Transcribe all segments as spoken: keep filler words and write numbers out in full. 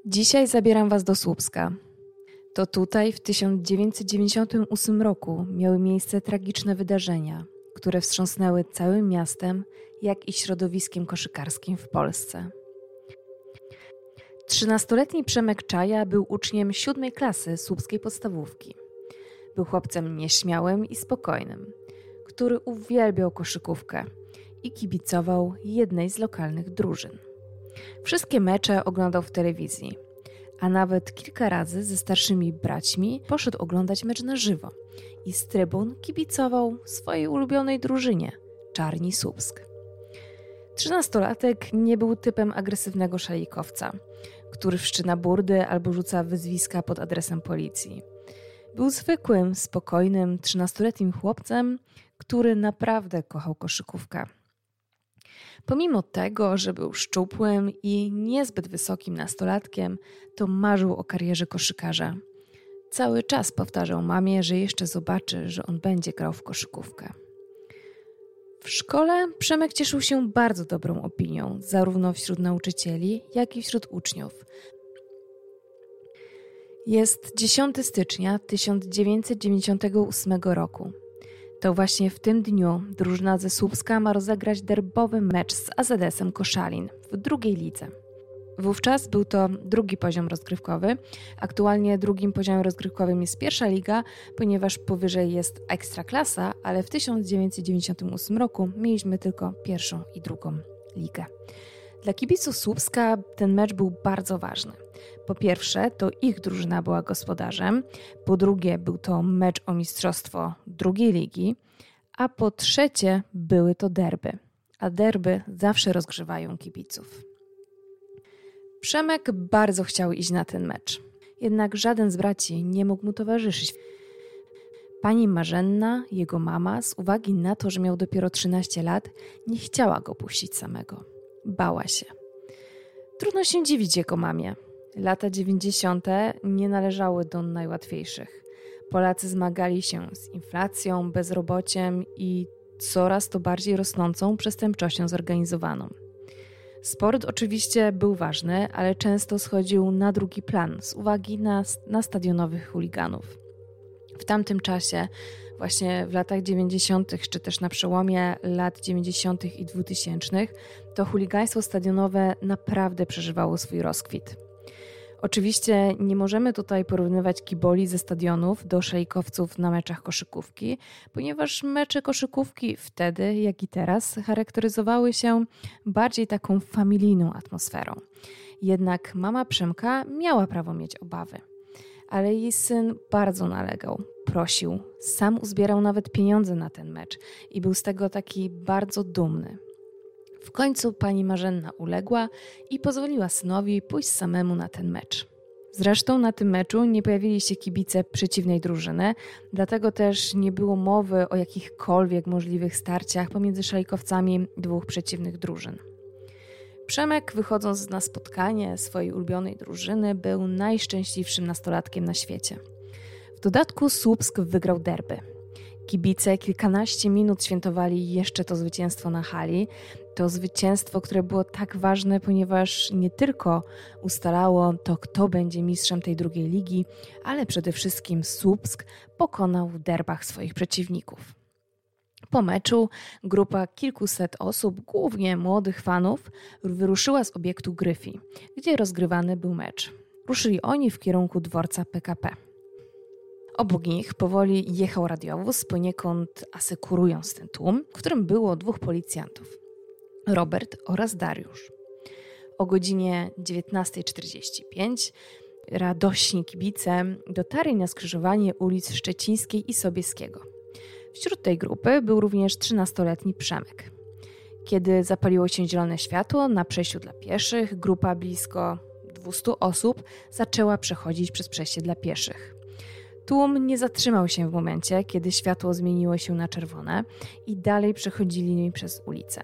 Dzisiaj zabieram Was do Słupska. To tutaj w tysiąc dziewięćset dziewięćdziesiątym ósmym roku miały miejsce tragiczne wydarzenia, które wstrząsnęły całym miastem, jak i środowiskiem koszykarskim w Polsce. Trzynastoletni Przemek Czaja był uczniem siódmej klasy słupskiej podstawówki. Był chłopcem nieśmiałym i spokojnym, który uwielbiał koszykówkę i kibicował jednej z lokalnych drużyn. Wszystkie mecze oglądał w telewizji, a nawet kilka razy ze starszymi braćmi poszedł oglądać mecz na żywo i z trybun kibicował swojej ulubionej drużynie – Czarni Słupsk. Trzynastolatek nie był typem agresywnego szajkowca, który wszczyna burdy albo rzuca wyzwiska pod adresem policji. Był zwykłym, spokojnym, trzynastoletnim chłopcem, który naprawdę kochał koszykówkę. Pomimo tego, że był szczupłym i niezbyt wysokim nastolatkiem, to marzył o karierze koszykarza. Cały czas powtarzał mamie, że jeszcze zobaczy, że on będzie grał w koszykówkę. W szkole Przemek cieszył się bardzo dobrą opinią, zarówno wśród nauczycieli, jak i wśród uczniów. Jest dziesiątego stycznia tysiąc dziewięćset dziewięćdziesiątego ósmego roku. To właśnie w tym dniu drużyna ze Słupska ma rozegrać derbowy mecz z A Z S-em Koszalin w drugiej lidze. Wówczas był to drugi poziom rozgrywkowy. Aktualnie drugim poziomem rozgrywkowym jest pierwsza liga, ponieważ powyżej jest ekstraklasa, ale w tysiąc dziewięćset dziewięćdziesiątym ósmym roku mieliśmy tylko pierwszą i drugą ligę. Dla kibiców Słupska ten mecz był bardzo ważny. Po pierwsze, to ich drużyna była gospodarzem, po drugie, był to mecz o mistrzostwo drugiej ligi, a po trzecie, były to derby, a derby zawsze rozgrzewają kibiców. Przemek bardzo chciał iść na ten mecz, jednak żaden z braci nie mógł mu towarzyszyć. Pani Marzenna, jego mama, z uwagi na to, że miał dopiero trzynaście lat, nie chciała go puścić samego. Bała się. Trudno się dziwić jego mamie. Lata dziewięćdziesiąte nie należały do najłatwiejszych. Polacy zmagali się z inflacją, bezrobociem i coraz to bardziej rosnącą przestępczością zorganizowaną. Sport oczywiście był ważny, ale często schodził na drugi plan z uwagi na, na stadionowych chuliganów. W tamtym czasie, właśnie w latach dziewięćdziesiątych, czy też na przełomie lat dziewięćdziesiątych i dwutysięcznych, to chuligaństwo stadionowe naprawdę przeżywało swój rozkwit. Oczywiście nie możemy tutaj porównywać kiboli ze stadionów do szejkowców na meczach koszykówki, ponieważ mecze koszykówki wtedy, jak i teraz, charakteryzowały się bardziej taką familijną atmosferą. Jednak mama Przemka miała prawo mieć obawy. Ale jej syn bardzo nalegał, prosił, sam uzbierał nawet pieniądze na ten mecz i był z tego taki bardzo dumny. W końcu pani Marzenna uległa i pozwoliła synowi pójść samemu na ten mecz. Zresztą na tym meczu nie pojawili się kibice przeciwnej drużyny, dlatego też nie było mowy o jakichkolwiek możliwych starciach pomiędzy szajkowcami dwóch przeciwnych drużyn. Przemek, wychodząc na spotkanie swojej ulubionej drużyny, był najszczęśliwszym nastolatkiem na świecie. W dodatku Słupsk wygrał derby. Kibice kilkanaście minut świętowali jeszcze to zwycięstwo na hali. To zwycięstwo, które było tak ważne, ponieważ nie tylko ustalało to, kto będzie mistrzem tej drugiej ligi, ale przede wszystkim Słupsk pokonał w derbach swoich przeciwników. Po meczu grupa kilkuset osób, głównie młodych fanów, wyruszyła z obiektu Gryfii, gdzie rozgrywany był mecz. Ruszyli oni w kierunku dworca P K P. Obok nich powoli jechał radiowóz, poniekąd asekurując ten tłum, w którym było dwóch policjantów, Robert oraz Dariusz. O godzinie dziewiętnasta czterdzieści pięć radośni kibice dotarli na skrzyżowanie ulic Szczecińskiej i Sobieskiego. Wśród tej grupy był również trzynastoletni Przemek. Kiedy zapaliło się zielone światło na przejściu dla pieszych, grupa blisko dwieście osób zaczęła przechodzić przez przejście dla pieszych. Tłum nie zatrzymał się w momencie, kiedy światło zmieniło się na czerwone i dalej przechodzili przez ulicę.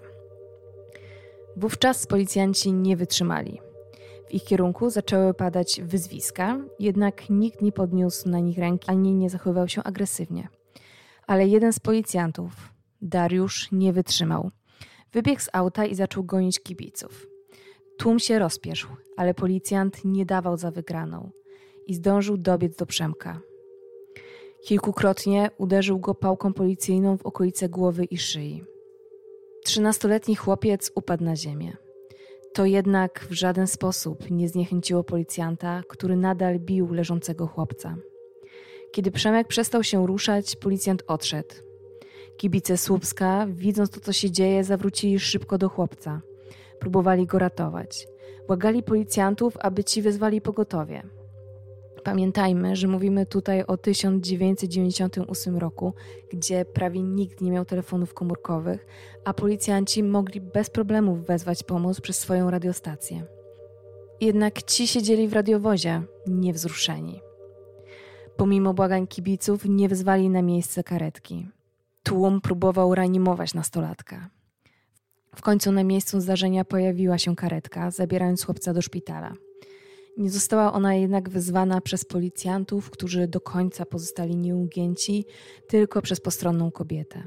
Wówczas policjanci nie wytrzymali. W ich kierunku zaczęły padać wyzwiska, jednak nikt nie podniósł na nich ręki ani nie zachowywał się agresywnie. Ale jeden z policjantów, Dariusz, nie wytrzymał. Wybiegł z auta i zaczął gonić kibiców. Tłum się rozpieszł, ale policjant nie dawał za wygraną i zdążył dobiec do Przemka. Kilkukrotnie uderzył go pałką policyjną w okolice głowy i szyi. Trzynastoletni chłopiec upadł na ziemię. To jednak w żaden sposób nie zniechęciło policjanta, który nadal bił leżącego chłopca. Kiedy Przemek przestał się ruszać, policjant odszedł. Kibice Słupska, widząc to, co się dzieje, zawrócili szybko do chłopca. Próbowali go ratować. Błagali policjantów, aby ci wezwali pogotowie. Pamiętajmy, że mówimy tutaj o tysiąc dziewięćset dziewięćdziesiątym ósmym roku, gdzie prawie nikt nie miał telefonów komórkowych, a policjanci mogli bez problemów wezwać pomoc przez swoją radiostację. Jednak ci siedzieli w radiowozie, niewzruszeni. Pomimo błagań kibiców nie wezwali na miejsce karetki. Tłum próbował reanimować nastolatka. W końcu na miejscu zdarzenia pojawiła się karetka, zabierając chłopca do szpitala. Nie została ona jednak wezwana przez policjantów, którzy do końca pozostali nieugięci, tylko przez postronną kobietę.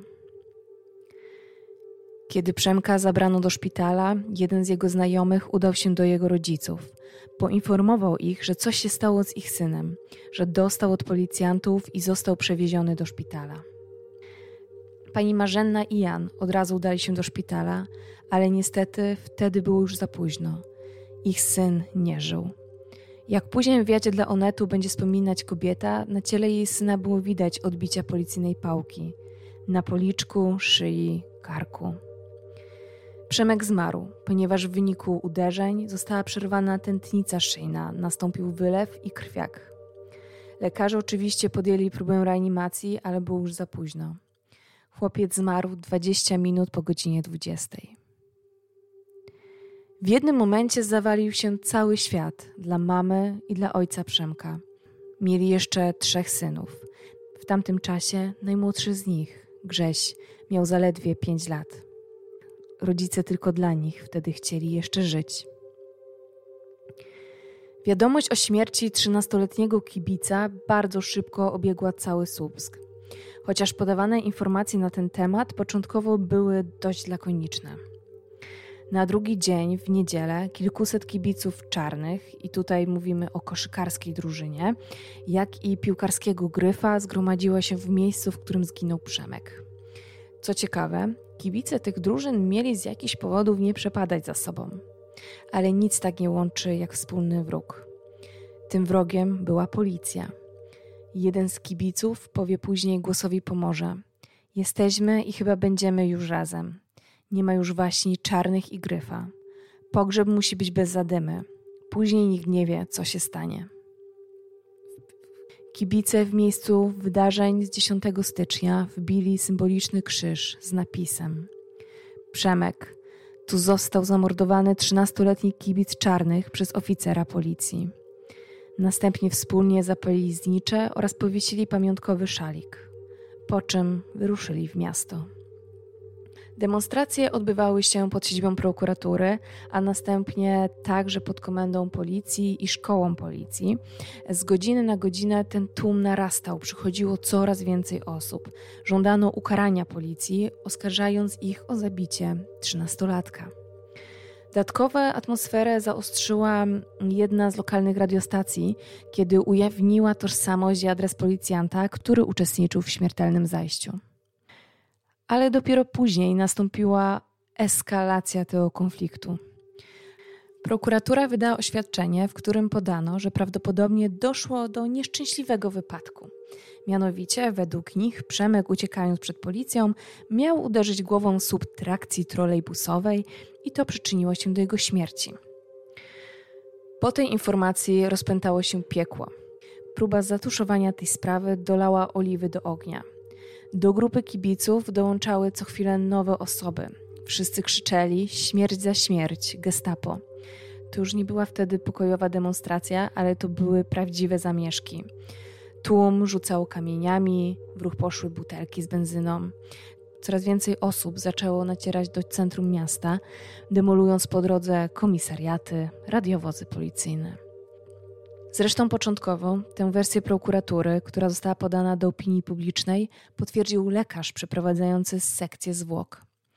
Kiedy Przemka zabrano do szpitala, jeden z jego znajomych udał się do jego rodziców. Poinformował ich, że coś się stało z ich synem, że dostał od policjantów i został przewieziony do szpitala. Pani Marzenna i Jan od razu udali się do szpitala, ale niestety wtedy było już za późno. Ich syn nie żył. Jak później w wywiadzie dla Onetu będzie wspominać kobieta, na ciele jej syna było widać odbicia policyjnej pałki. Na policzku, szyi, karku. Przemek zmarł, ponieważ w wyniku uderzeń została przerwana tętnica szyjna, nastąpił wylew i krwiak. Lekarze oczywiście podjęli próbę reanimacji, ale było już za późno. Chłopiec zmarł dwadzieścia minut po godzinie dwudziestej. W jednym momencie zawalił się cały świat dla mamy i dla ojca Przemka. Mieli jeszcze trzech synów. W tamtym czasie najmłodszy z nich, Grześ, miał zaledwie pięć lat. Rodzice tylko dla nich wtedy chcieli jeszcze żyć. Wiadomość o śmierci trzynastoletniego kibica bardzo szybko obiegła cały Słupsk. Chociaż podawane informacje na ten temat początkowo były dość lakoniczne. Na drugi dzień, w niedzielę, kilkuset kibiców czarnych, i tutaj mówimy o koszykarskiej drużynie, jak i piłkarskiego Gryfa zgromadziło się w miejscu, w którym zginął Przemek. Co ciekawe, kibice tych drużyn mieli z jakichś powodów nie przepadać za sobą. Ale nic tak nie łączy jak wspólny wróg. Tym wrogiem była policja. Jeden z kibiców powie później Głosowi Pomorza: jesteśmy i chyba będziemy już razem. Nie ma już waśni czarnych i Gryfa. Pogrzeb musi być bez zadymy. Później nikt nie wie, co się stanie. Kibice w miejscu wydarzeń z dziesiątego stycznia wbili symboliczny krzyż z napisem: Przemek, tu został zamordowany trzynastoletni kibic czarnych przez oficera policji. Następnie wspólnie zapalili znicze oraz powiesili pamiątkowy szalik, po czym wyruszyli w miasto. Demonstracje odbywały się pod siedzibą prokuratury, a następnie także pod komendą policji i szkołą policji. Z godziny na godzinę ten tłum narastał, przychodziło coraz więcej osób. Żądano ukarania policji, oskarżając ich o zabicie trzynastolatka. Dodatkowo atmosferę zaostrzyła jedna z lokalnych radiostacji, kiedy ujawniła tożsamość i adres policjanta, który uczestniczył w śmiertelnym zajściu. Ale dopiero później nastąpiła eskalacja tego konfliktu. Prokuratura wydała oświadczenie, w którym podano, że prawdopodobnie doszło do nieszczęśliwego wypadku. Mianowicie, według nich, Przemek, uciekając przed policją, miał uderzyć głową w słup trakcji trolejbusowej i to przyczyniło się do jego śmierci. Po tej informacji rozpętało się piekło. Próba zatuszowania tej sprawy dolała oliwy do ognia. Do grupy kibiców dołączały co chwilę nowe osoby. Wszyscy krzyczeli: śmierć za śmierć, gestapo. To już nie była wtedy pokojowa demonstracja, ale to były prawdziwe zamieszki. Tłum rzucał kamieniami, w ruch poszły butelki z benzyną. Coraz więcej osób zaczęło nacierać do centrum miasta, demolując po drodze komisariaty, radiowozy policyjne. Zresztą początkowo tę wersję prokuratury, która została podana do opinii publicznej, potwierdził lekarz przeprowadzający sekcję zwłok.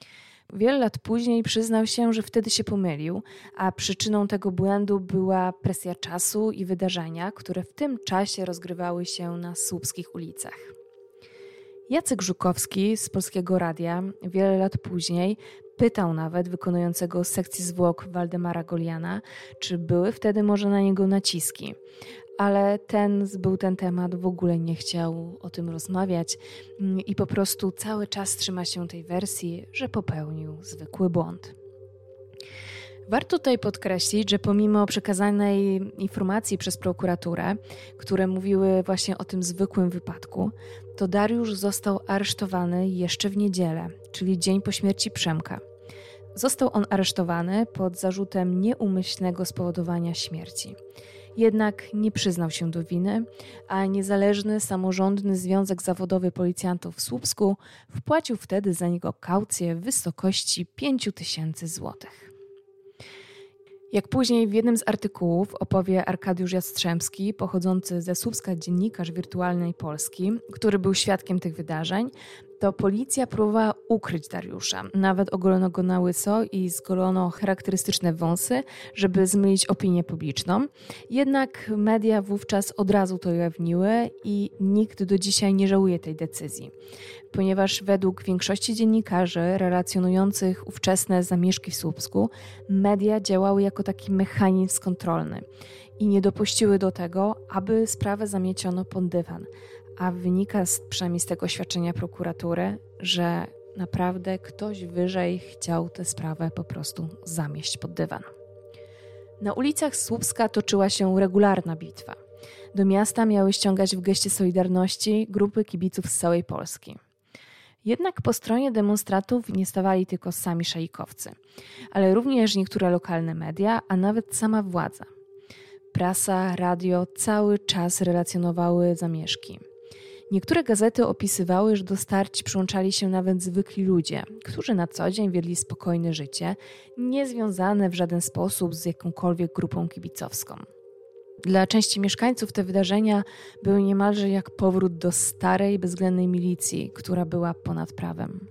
Wiele lat później przyznał się, że wtedy się pomylił, a przyczyną tego błędu była presja czasu i wydarzenia, które w tym czasie rozgrywały się na słupskich ulicach. Jacek Żukowski z Polskiego Radia wiele lat później pytał nawet wykonującego sekcji zwłok Waldemara Goliana, czy były wtedy może na niego naciski. Ale ten zbył ten temat, w ogóle nie chciał o tym rozmawiać i po prostu cały czas trzyma się tej wersji, że popełnił zwykły błąd. Warto tutaj podkreślić, że pomimo przekazanej informacji przez prokuraturę, które mówiły właśnie o tym zwykłym wypadku, to Dariusz został aresztowany jeszcze w niedzielę, czyli dzień po śmierci Przemka. Został on aresztowany pod zarzutem nieumyślnego spowodowania śmierci. Jednak nie przyznał się do winy, a niezależny, samorządny Związek Zawodowy Policjantów w Słupsku wpłacił wtedy za niego kaucję w wysokości pięć tysięcy złotych. Jak później w jednym z artykułów opowie Arkadiusz Jastrzębski, pochodzący ze Słupska dziennikarz Wirtualnej Polski, który był świadkiem tych wydarzeń, to policja próbowała ukryć Dariusza. Nawet ogolono go na łyso i zgolono charakterystyczne wąsy, żeby zmylić opinię publiczną. Jednak media wówczas od razu to ujawniły i nikt do dzisiaj nie żałuje tej decyzji. Ponieważ według większości dziennikarzy relacjonujących ówczesne zamieszki w Słupsku, media działały jako taki mechanizm kontrolny i nie dopuściły do tego, aby sprawę zamieciono pod dywan. A wynika z, przynajmniej z tego oświadczenia prokuratury, że naprawdę ktoś wyżej chciał tę sprawę po prostu zamieść pod dywan. Na ulicach Słupska toczyła się regularna bitwa. Do miasta miały ściągać w geście solidarności grupy kibiców z całej Polski. Jednak po stronie demonstrantów nie stawali tylko sami szajkowcy, ale również niektóre lokalne media, a nawet sama władza. Prasa, radio cały czas relacjonowały zamieszki. Niektóre gazety opisywały, że do starć przyłączali się nawet zwykli ludzie, którzy na co dzień wiedli spokojne życie, niezwiązane w żaden sposób z jakąkolwiek grupą kibicowską. Dla części mieszkańców te wydarzenia były niemalże jak powrót do starej, bezwzględnej milicji, która była ponad prawem.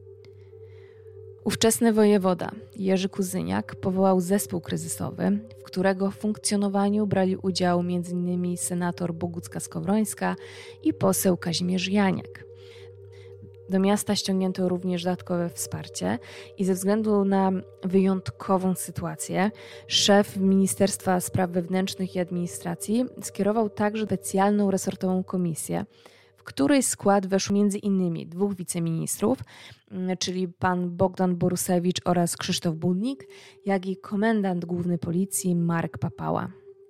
Ówczesny wojewoda Jerzy Kuzyniak powołał zespół kryzysowy, w którego funkcjonowaniu brali udział między innymi senator Bogucka-Skowrońska i poseł Kazimierz Janiak. Do miasta ściągnięto również dodatkowe wsparcie i ze względu na wyjątkową sytuację szef Ministerstwa Spraw Wewnętrznych i Administracji skierował także specjalną resortową komisję, w której skład weszło między innymi dwóch wiceministrów, czyli pan Bogdan Borusewicz oraz Krzysztof Budnik, jak i komendant główny policji Marek Papała.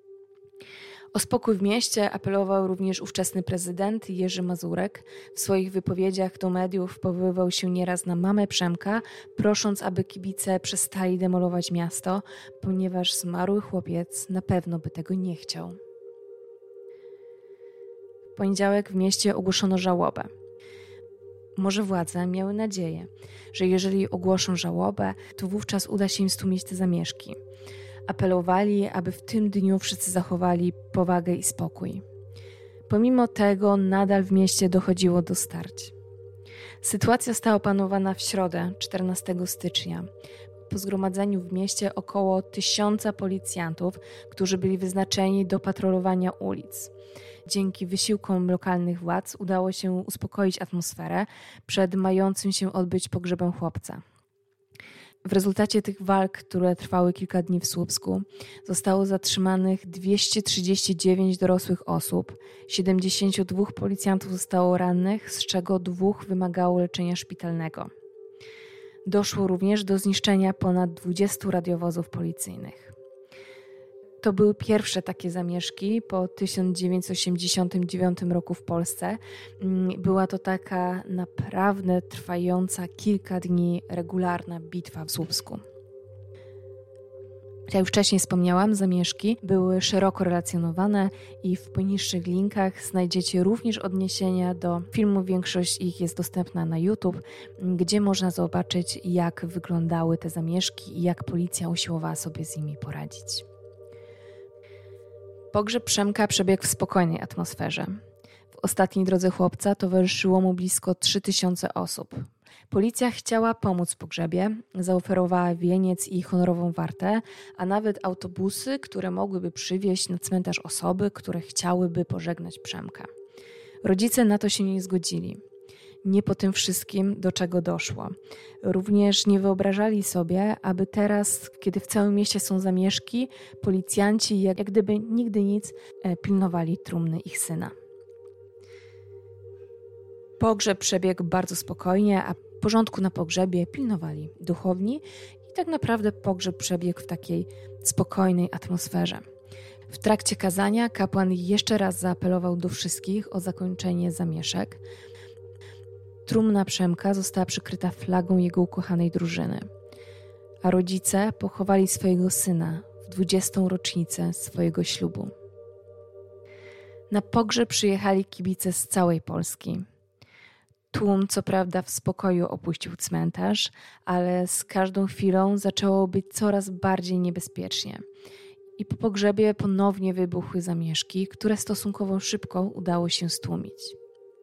O spokój w mieście apelował również ówczesny prezydent Jerzy Mazurek. W swoich wypowiedziach do mediów powoływał się nieraz na mamę Przemka, prosząc, aby kibice przestali demolować miasto, ponieważ zmarły chłopiec na pewno by tego nie chciał. W poniedziałek w mieście ogłoszono żałobę. Może władze miały nadzieję, że jeżeli ogłoszą żałobę, to wówczas uda się im stłumić te zamieszki. Apelowali, aby w tym dniu wszyscy zachowali powagę i spokój. Pomimo tego nadal w mieście dochodziło do starć. Sytuacja została opanowana w środę, czternastego stycznia. Po zgromadzeniu w mieście około tysiąca policjantów, którzy byli wyznaczeni do patrolowania ulic. Dzięki wysiłkom lokalnych władz udało się uspokoić atmosferę przed mającym się odbyć pogrzebem chłopca. W rezultacie tych walk, które trwały kilka dni w Słupsku, zostało zatrzymanych dwieście trzydzieści dziewięć dorosłych osób, siedemdziesięciu dwóch policjantów zostało rannych, z czego dwóch wymagało leczenia szpitalnego. Doszło również do zniszczenia ponad dwudziestu radiowozów policyjnych. To były pierwsze takie zamieszki po tysiąc dziewięćset osiemdziesiątym dziewiątym roku w Polsce. Była to taka naprawdę trwająca kilka dni regularna bitwa w Słupsku. Jak już wcześniej wspomniałam, zamieszki były szeroko relacjonowane i w poniższych linkach znajdziecie również odniesienia do filmów. Większość ich jest dostępna na YouTube, gdzie można zobaczyć, jak wyglądały te zamieszki i jak policja usiłowała sobie z nimi poradzić. Pogrzeb Przemka przebiegł w spokojnej atmosferze. W ostatniej drodze chłopca towarzyszyło mu blisko trzy tysiące osób. Policja chciała pomóc w pogrzebie, zaoferowała wieniec i honorową wartę, a nawet autobusy, które mogłyby przywieźć na cmentarz osoby, które chciałyby pożegnać Przemka. Rodzice na to się nie zgodzili. Nie po tym wszystkim, do czego doszło. Również nie wyobrażali sobie, aby teraz, kiedy w całym mieście są zamieszki, policjanci, jak gdyby nigdy nic, pilnowali trumny ich syna. Pogrzeb przebiegł bardzo spokojnie, a porządku na pogrzebie pilnowali duchowni i tak naprawdę pogrzeb przebiegł w takiej spokojnej atmosferze. W trakcie kazania kapłan jeszcze raz zaapelował do wszystkich o zakończenie zamieszek. Trumna Przemka została przykryta flagą jego ukochanej drużyny, a rodzice pochowali swojego syna w dwudziestą rocznicę swojego ślubu. Na pogrzeb przyjechali kibice z całej Polski. Tłum co prawda w spokoju opuścił cmentarz, ale z każdą chwilą zaczęło być coraz bardziej niebezpiecznie. I po pogrzebie ponownie wybuchły zamieszki, które stosunkowo szybko udało się stłumić.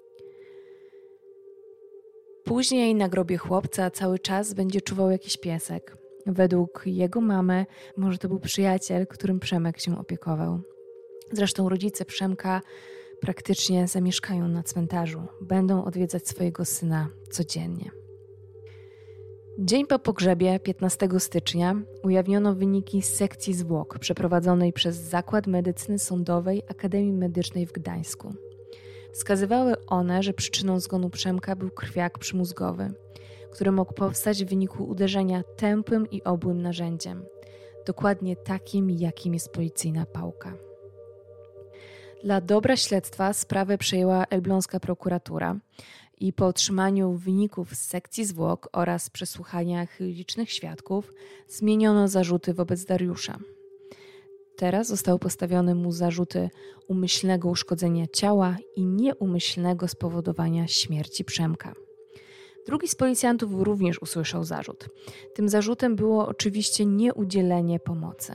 Później na grobie chłopca cały czas będzie czuwał jakiś piesek. Według jego mamy może to był przyjaciel, którym Przemek się opiekował. Zresztą rodzice Przemka praktycznie zamieszkają na cmentarzu. Będą odwiedzać swojego syna codziennie. Dzień po pogrzebie, piętnastego stycznia, ujawniono wyniki z sekcji zwłok przeprowadzonej przez Zakład Medycyny Sądowej Akademii Medycznej w Gdańsku. Wskazywały one, że przyczyną zgonu Przemka był krwiak przymózgowy, który mógł powstać w wyniku uderzenia tępym i obłym narzędziem, dokładnie takim, jakim jest policyjna pałka. Dla dobra śledztwa sprawę przejęła elbląska prokuratura i po otrzymaniu wyników z sekcji zwłok oraz przesłuchaniach licznych świadków zmieniono zarzuty wobec Dariusza. Teraz zostały postawione mu zarzuty umyślnego uszkodzenia ciała i nieumyślnego spowodowania śmierci Przemka. Drugi z policjantów również usłyszał zarzut. Tym zarzutem było oczywiście nieudzielenie pomocy.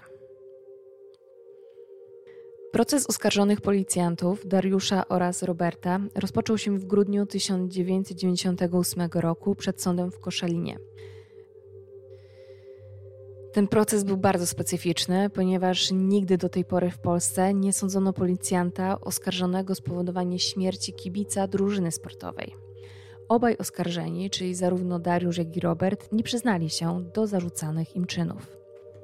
Proces oskarżonych policjantów Dariusza oraz Roberta rozpoczął się w grudniu tysiąc dziewięćset dziewięćdziesiątego ósmego roku przed sądem w Koszalinie. Ten proces był bardzo specyficzny, ponieważ nigdy do tej pory w Polsce nie sądzono policjanta oskarżonego o spowodowanie śmierci kibica drużyny sportowej. Obaj oskarżeni, czyli zarówno Dariusz, jak i Robert, nie przyznali się do zarzucanych im czynów.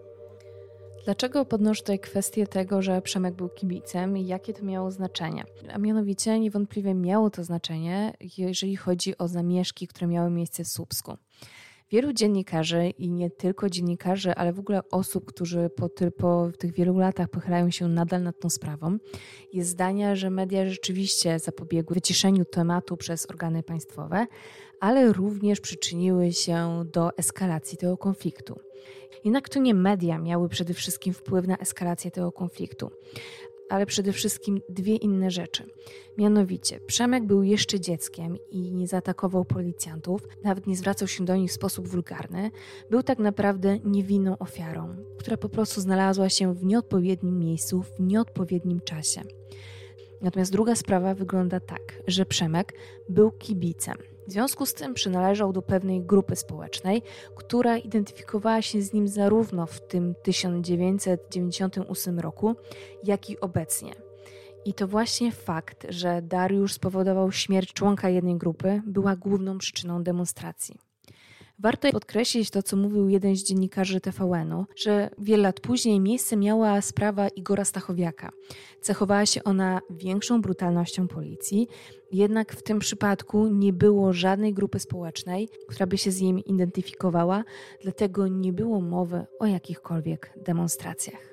Dlaczego podnoszę tutaj kwestię tego, że Przemek był kibicem i jakie to miało znaczenie? A mianowicie niewątpliwie miało to znaczenie, jeżeli chodzi o zamieszki, które miały miejsce w Słupsku. Wielu dziennikarzy i nie tylko dziennikarzy, ale w ogóle osób, którzy po, po tych wielu latach pochylają się nadal nad tą sprawą, jest zdania, że media rzeczywiście zapobiegły wyciszeniu tematu przez organy państwowe, ale również przyczyniły się do eskalacji tego konfliktu. Jednak to nie media miały przede wszystkim wpływ na eskalację tego konfliktu, ale przede wszystkim dwie inne rzeczy. Mianowicie, Przemek był jeszcze dzieckiem i nie zaatakował policjantów, nawet nie zwracał się do nich w sposób wulgarny. Był tak naprawdę niewinną ofiarą, która po prostu znalazła się w nieodpowiednim miejscu, w nieodpowiednim czasie. Natomiast druga sprawa wygląda tak, że Przemek był kibicem. W związku z tym przynależał do pewnej grupy społecznej, która identyfikowała się z nim zarówno w tym tysiąc dziewięćset dziewięćdziesiątym ósmym roku, jak i obecnie. I to właśnie fakt, że Dariusz spowodował śmierć członka jednej grupy, była główną przyczyną demonstracji. Warto podkreślić to, co mówił jeden z dziennikarzy T V N-u, że wiele lat później miejsce miała sprawa Igora Stachowiaka. Cechowała się ona większą brutalnością policji, jednak w tym przypadku nie było żadnej grupy społecznej, która by się z nim identyfikowała, dlatego nie było mowy o jakichkolwiek demonstracjach.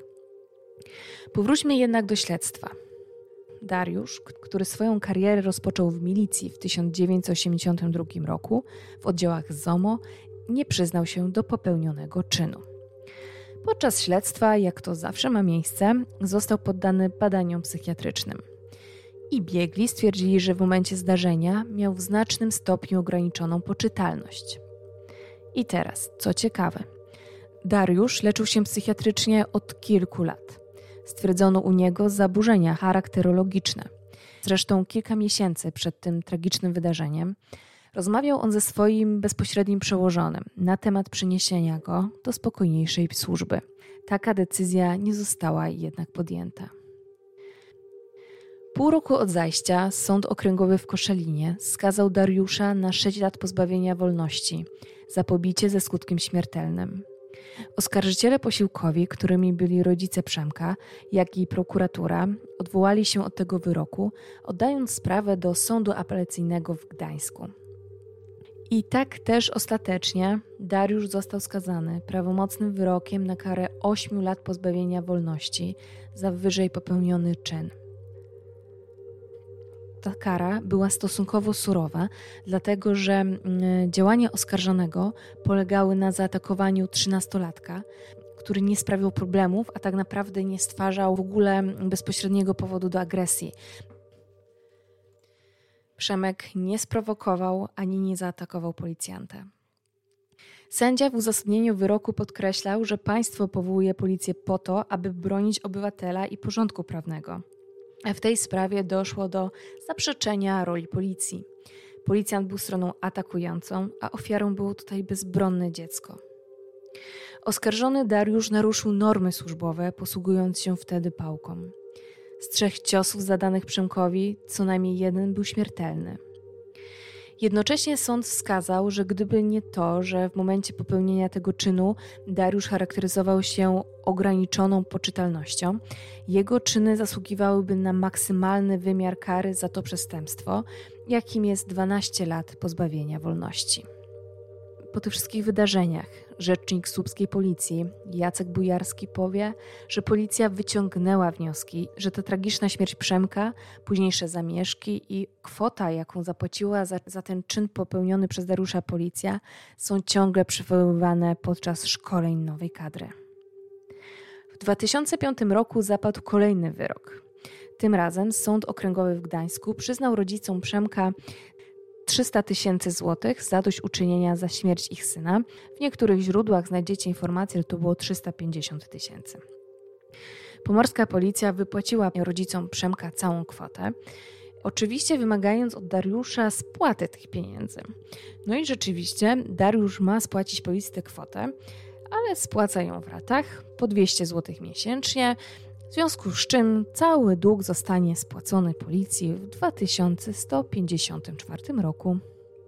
Powróćmy jednak do śledztwa. Dariusz, który swoją karierę rozpoczął w milicji w tysiąc dziewięćset osiemdziesiątym drugim roku w oddziałach Z O M O, nie przyznał się do popełnionego czynu. Podczas śledztwa, jak to zawsze ma miejsce, został poddany badaniom psychiatrycznym. I biegli stwierdzili, że w momencie zdarzenia miał w znacznym stopniu ograniczoną poczytalność. I teraz, co ciekawe, Dariusz leczył się psychiatrycznie od kilku lat. Stwierdzono u niego zaburzenia charakterologiczne. Zresztą kilka miesięcy przed tym tragicznym wydarzeniem Rozmawiał on ze swoim bezpośrednim przełożonym na temat przeniesienia go do spokojniejszej służby. Taka decyzja nie została jednak podjęta. Pół roku od zajścia Sąd Okręgowy w Koszalinie skazał Dariusza na sześć lat pozbawienia wolności za pobicie ze skutkiem śmiertelnym. Oskarżyciele posiłkowi, którymi byli rodzice Przemka, jak i prokuratura, odwołali się od tego wyroku, oddając sprawę do Sądu Apelacyjnego w Gdańsku. I tak też ostatecznie Dariusz został skazany prawomocnym wyrokiem na karę ośmiu lat pozbawienia wolności za wyżej popełniony czyn. Ta kara była stosunkowo surowa, dlatego że działania oskarżonego polegały na zaatakowaniu trzynastolatka, który nie sprawiał problemów, a tak naprawdę nie stwarzał w ogóle bezpośredniego powodu do agresji. Przemek nie sprowokował ani nie zaatakował policjanta. Sędzia w uzasadnieniu wyroku podkreślał, że państwo powołuje policję po to, aby bronić obywatela i porządku prawnego. A w tej sprawie doszło do zaprzeczenia roli policji. Policjant był stroną atakującą, a ofiarą było tutaj bezbronne dziecko. Oskarżony Dariusz naruszył normy służbowe, posługując się wtedy pałką. Z trzech ciosów zadanych Przemkowi co najmniej jeden był śmiertelny. Jednocześnie sąd wskazał, że gdyby nie to, że w momencie popełnienia tego czynu Dariusz charakteryzował się ograniczoną poczytalnością, jego czyny zasługiwałyby na maksymalny wymiar kary za to przestępstwo, jakim jest dwanaście lat pozbawienia wolności. Po tych wszystkich wydarzeniach rzecznik słupskiej policji Jacek Bujarski powie, że policja wyciągnęła wnioski, że ta tragiczna śmierć Przemka, późniejsze zamieszki i kwota, jaką zapłaciła za, za ten czyn popełniony przez Dariusza policja, są ciągle przywoływane podczas szkoleń nowej kadry. W dwa tysiące piątym roku zapadł kolejny wyrok. Tym razem Sąd Okręgowy w Gdańsku przyznał rodzicom Przemka trzysta tysięcy złotych zadośćuczynienia za śmierć ich syna. W niektórych źródłach znajdziecie informację, że to było trzysta pięćdziesiąt tysięcy. Pomorska policja wypłaciła rodzicom Przemka całą kwotę, oczywiście wymagając od Dariusza spłaty tych pieniędzy. No i rzeczywiście Dariusz ma spłacić policji tę kwotę, ale spłaca ją w ratach po dwieście złotych miesięcznie, w związku z czym cały dług zostanie spłacony policji w dwa tysiące sto pięćdziesiątym czwartym roku.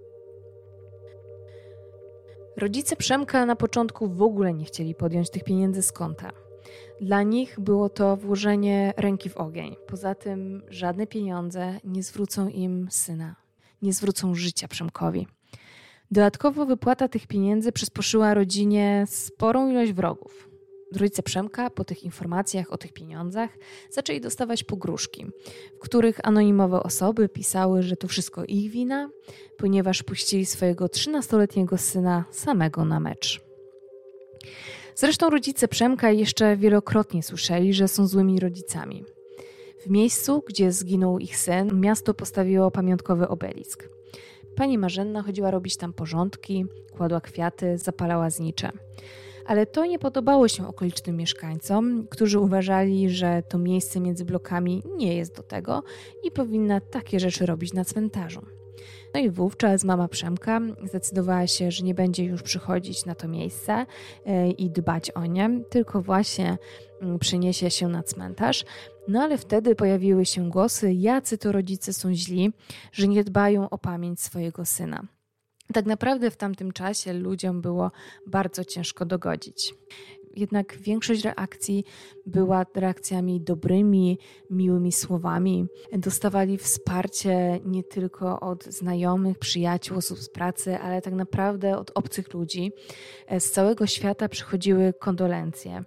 Rodzice Przemka na początku w ogóle nie chcieli podjąć tych pieniędzy z konta. Dla nich było to włożenie ręki w ogień. Poza tym żadne pieniądze nie zwrócą im syna, nie zwrócą życia Przemkowi. Dodatkowo wypłata tych pieniędzy przyspieszyła rodzinie sporą ilość wrogów. Rodzice Przemka po tych informacjach o tych pieniądzach zaczęli dostawać pogróżki, w których anonimowe osoby pisały, że to wszystko ich wina, ponieważ puścili swojego trzynastoletniego syna samego na mecz. Zresztą rodzice Przemka jeszcze wielokrotnie słyszeli, że są złymi rodzicami. W miejscu, gdzie zginął ich syn, miasto postawiło pamiątkowy obelisk. Pani Marzenna chodziła robić tam porządki, kładła kwiaty, zapalała znicze. Ale to nie podobało się okolicznym mieszkańcom, którzy uważali, że to miejsce między blokami nie jest do tego i powinna takie rzeczy robić na cmentarzu. No i wówczas mama Przemka zdecydowała się, że nie będzie już przychodzić na to miejsce i dbać o nie, tylko właśnie przeniesie się na cmentarz. No ale wtedy pojawiły się głosy, jacy to rodzice są źli, że nie dbają o pamięć swojego syna. Tak naprawdę w tamtym czasie ludziom było bardzo ciężko dogodzić. Jednak większość reakcji była reakcjami dobrymi, miłymi słowami. Dostawali wsparcie nie tylko od znajomych, przyjaciół, osób z pracy, ale tak naprawdę od obcych ludzi. Z całego świata przychodziły kondolencje.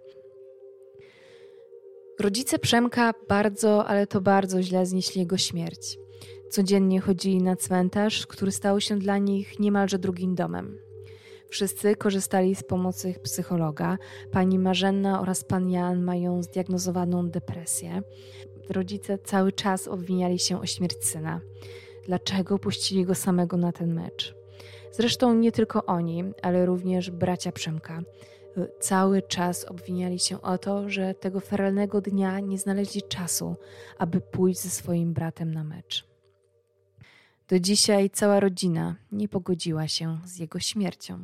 Rodzice Przemka bardzo, ale to bardzo źle znieśli jego śmierć. Codziennie chodzili na cmentarz, który stał się dla nich niemalże drugim domem. Wszyscy korzystali z pomocy psychologa. Pani Marzenna oraz pan Jan mają zdiagnozowaną depresję. Rodzice cały czas obwiniali się o śmierć syna. Dlaczego puścili go samego na ten mecz? Zresztą nie tylko oni, ale również bracia Przemka. Cały czas obwiniali się o to, że tego feralnego dnia nie znaleźli czasu, aby pójść ze swoim bratem na mecz. Do dzisiaj cała rodzina nie pogodziła się z jego śmiercią.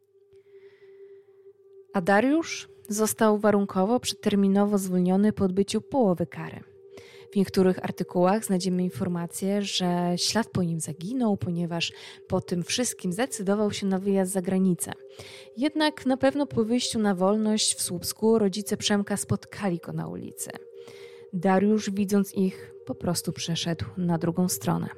A Dariusz został warunkowo przedterminowo zwolniony po odbyciu połowy kary. W niektórych artykułach znajdziemy informację, że ślad po nim zaginął, ponieważ po tym wszystkim zdecydował się na wyjazd za granicę. Jednak na pewno po wyjściu na wolność w Słupsku rodzice Przemka spotkali go na ulicy. Dariusz, widząc ich, po prostu przeszedł na drugą stronę.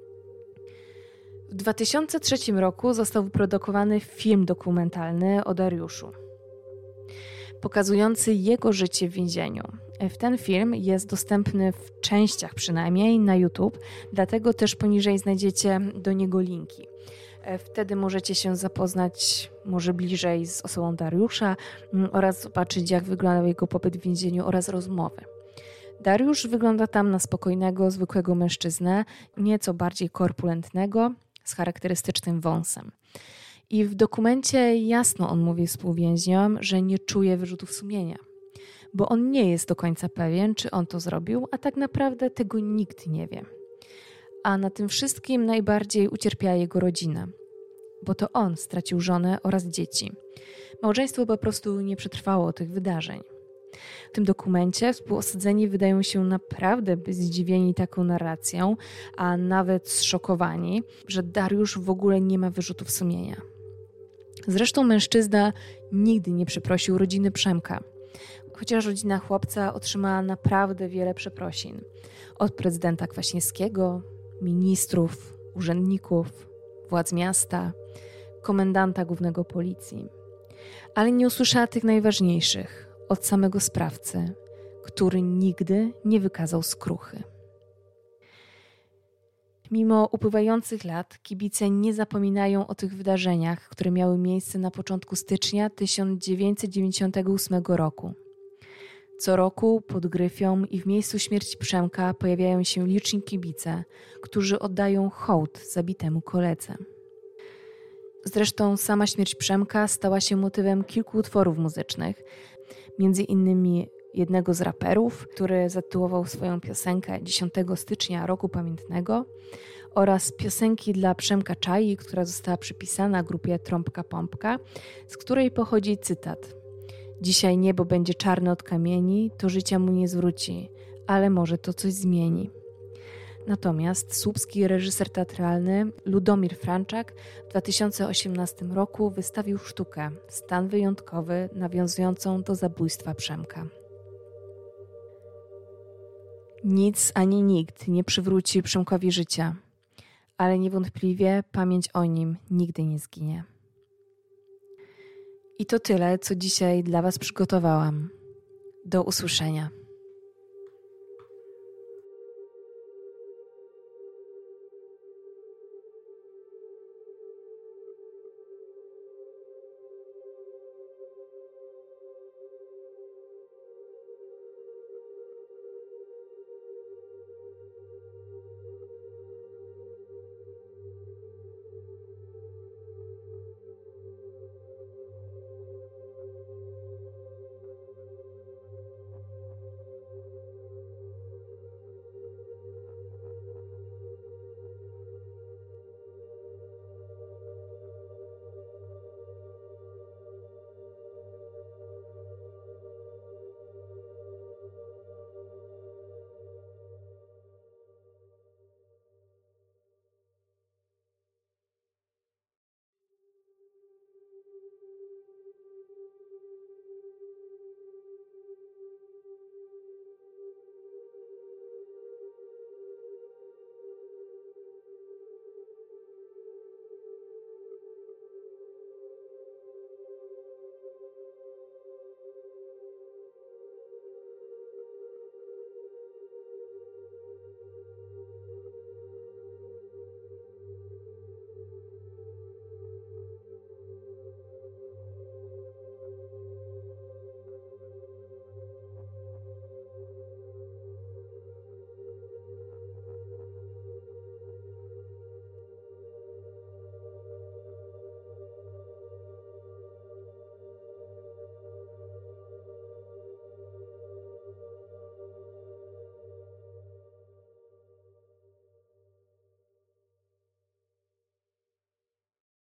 W dwa tysiące trzecim roku został wyprodukowany film dokumentalny o Dariuszu, pokazujący jego życie w więzieniu. Ten film jest dostępny w częściach przynajmniej na YouTube, dlatego też poniżej znajdziecie do niego linki. Wtedy możecie się zapoznać może bliżej z osobą Dariusza oraz zobaczyć, jak wyglądał jego pobyt w więzieniu oraz rozmowy. Dariusz wygląda tam na spokojnego, zwykłego mężczyznę, nieco bardziej korpulentnego, z charakterystycznym wąsem. I w dokumencie jasno on mówi współwięźniom, że nie czuje wyrzutów sumienia, bo on nie jest do końca pewien, czy on to zrobił, a tak naprawdę tego nikt nie wie. A na tym wszystkim najbardziej ucierpiała jego rodzina, bo to on stracił żonę oraz dzieci. Małżeństwo po prostu nie przetrwało tych wydarzeń. W tym dokumencie współosadzeni wydają się naprawdę zdziwieni taką narracją, a nawet zszokowani, że Dariusz w ogóle nie ma wyrzutów sumienia. Zresztą mężczyzna nigdy nie przeprosił rodziny Przemka, chociaż rodzina chłopca otrzymała naprawdę wiele przeprosin. Od prezydenta Kwaśniewskiego, ministrów, urzędników, władz miasta, komendanta głównego policji. Ale nie usłyszała tych najważniejszych, od samego sprawcy, który nigdy nie wykazał skruchy. Mimo upływających lat kibice nie zapominają o tych wydarzeniach, które miały miejsce na początku stycznia tysiąc dziewięćset dziewięćdziesiątego ósmego roku. Co roku pod Gryfią i w miejscu śmierci Przemka pojawiają się liczni kibice, którzy oddają hołd zabitemu koledze. Zresztą sama śmierć Przemka stała się motywem kilku utworów muzycznych, między innymi jednego z raperów, który zatytułował swoją piosenkę dziesiątego stycznia roku pamiętnego, oraz piosenki dla Przemka Czai, która została przypisana grupie Trąbka Pompka, z której pochodzi cytat: „Dzisiaj niebo będzie czarne od kamieni, to życia mu nie zwróci, ale może to coś zmieni”. Natomiast słupski reżyser teatralny Ludomir Franczak w dwa tysiące osiemnastym roku wystawił sztukę „Stan wyjątkowy” nawiązującą do zabójstwa Przemka. Nic ani nikt nie przywróci Przemkowi życia, ale niewątpliwie pamięć o nim nigdy nie zginie. I to tyle, co dzisiaj dla Was przygotowałam. Do usłyszenia.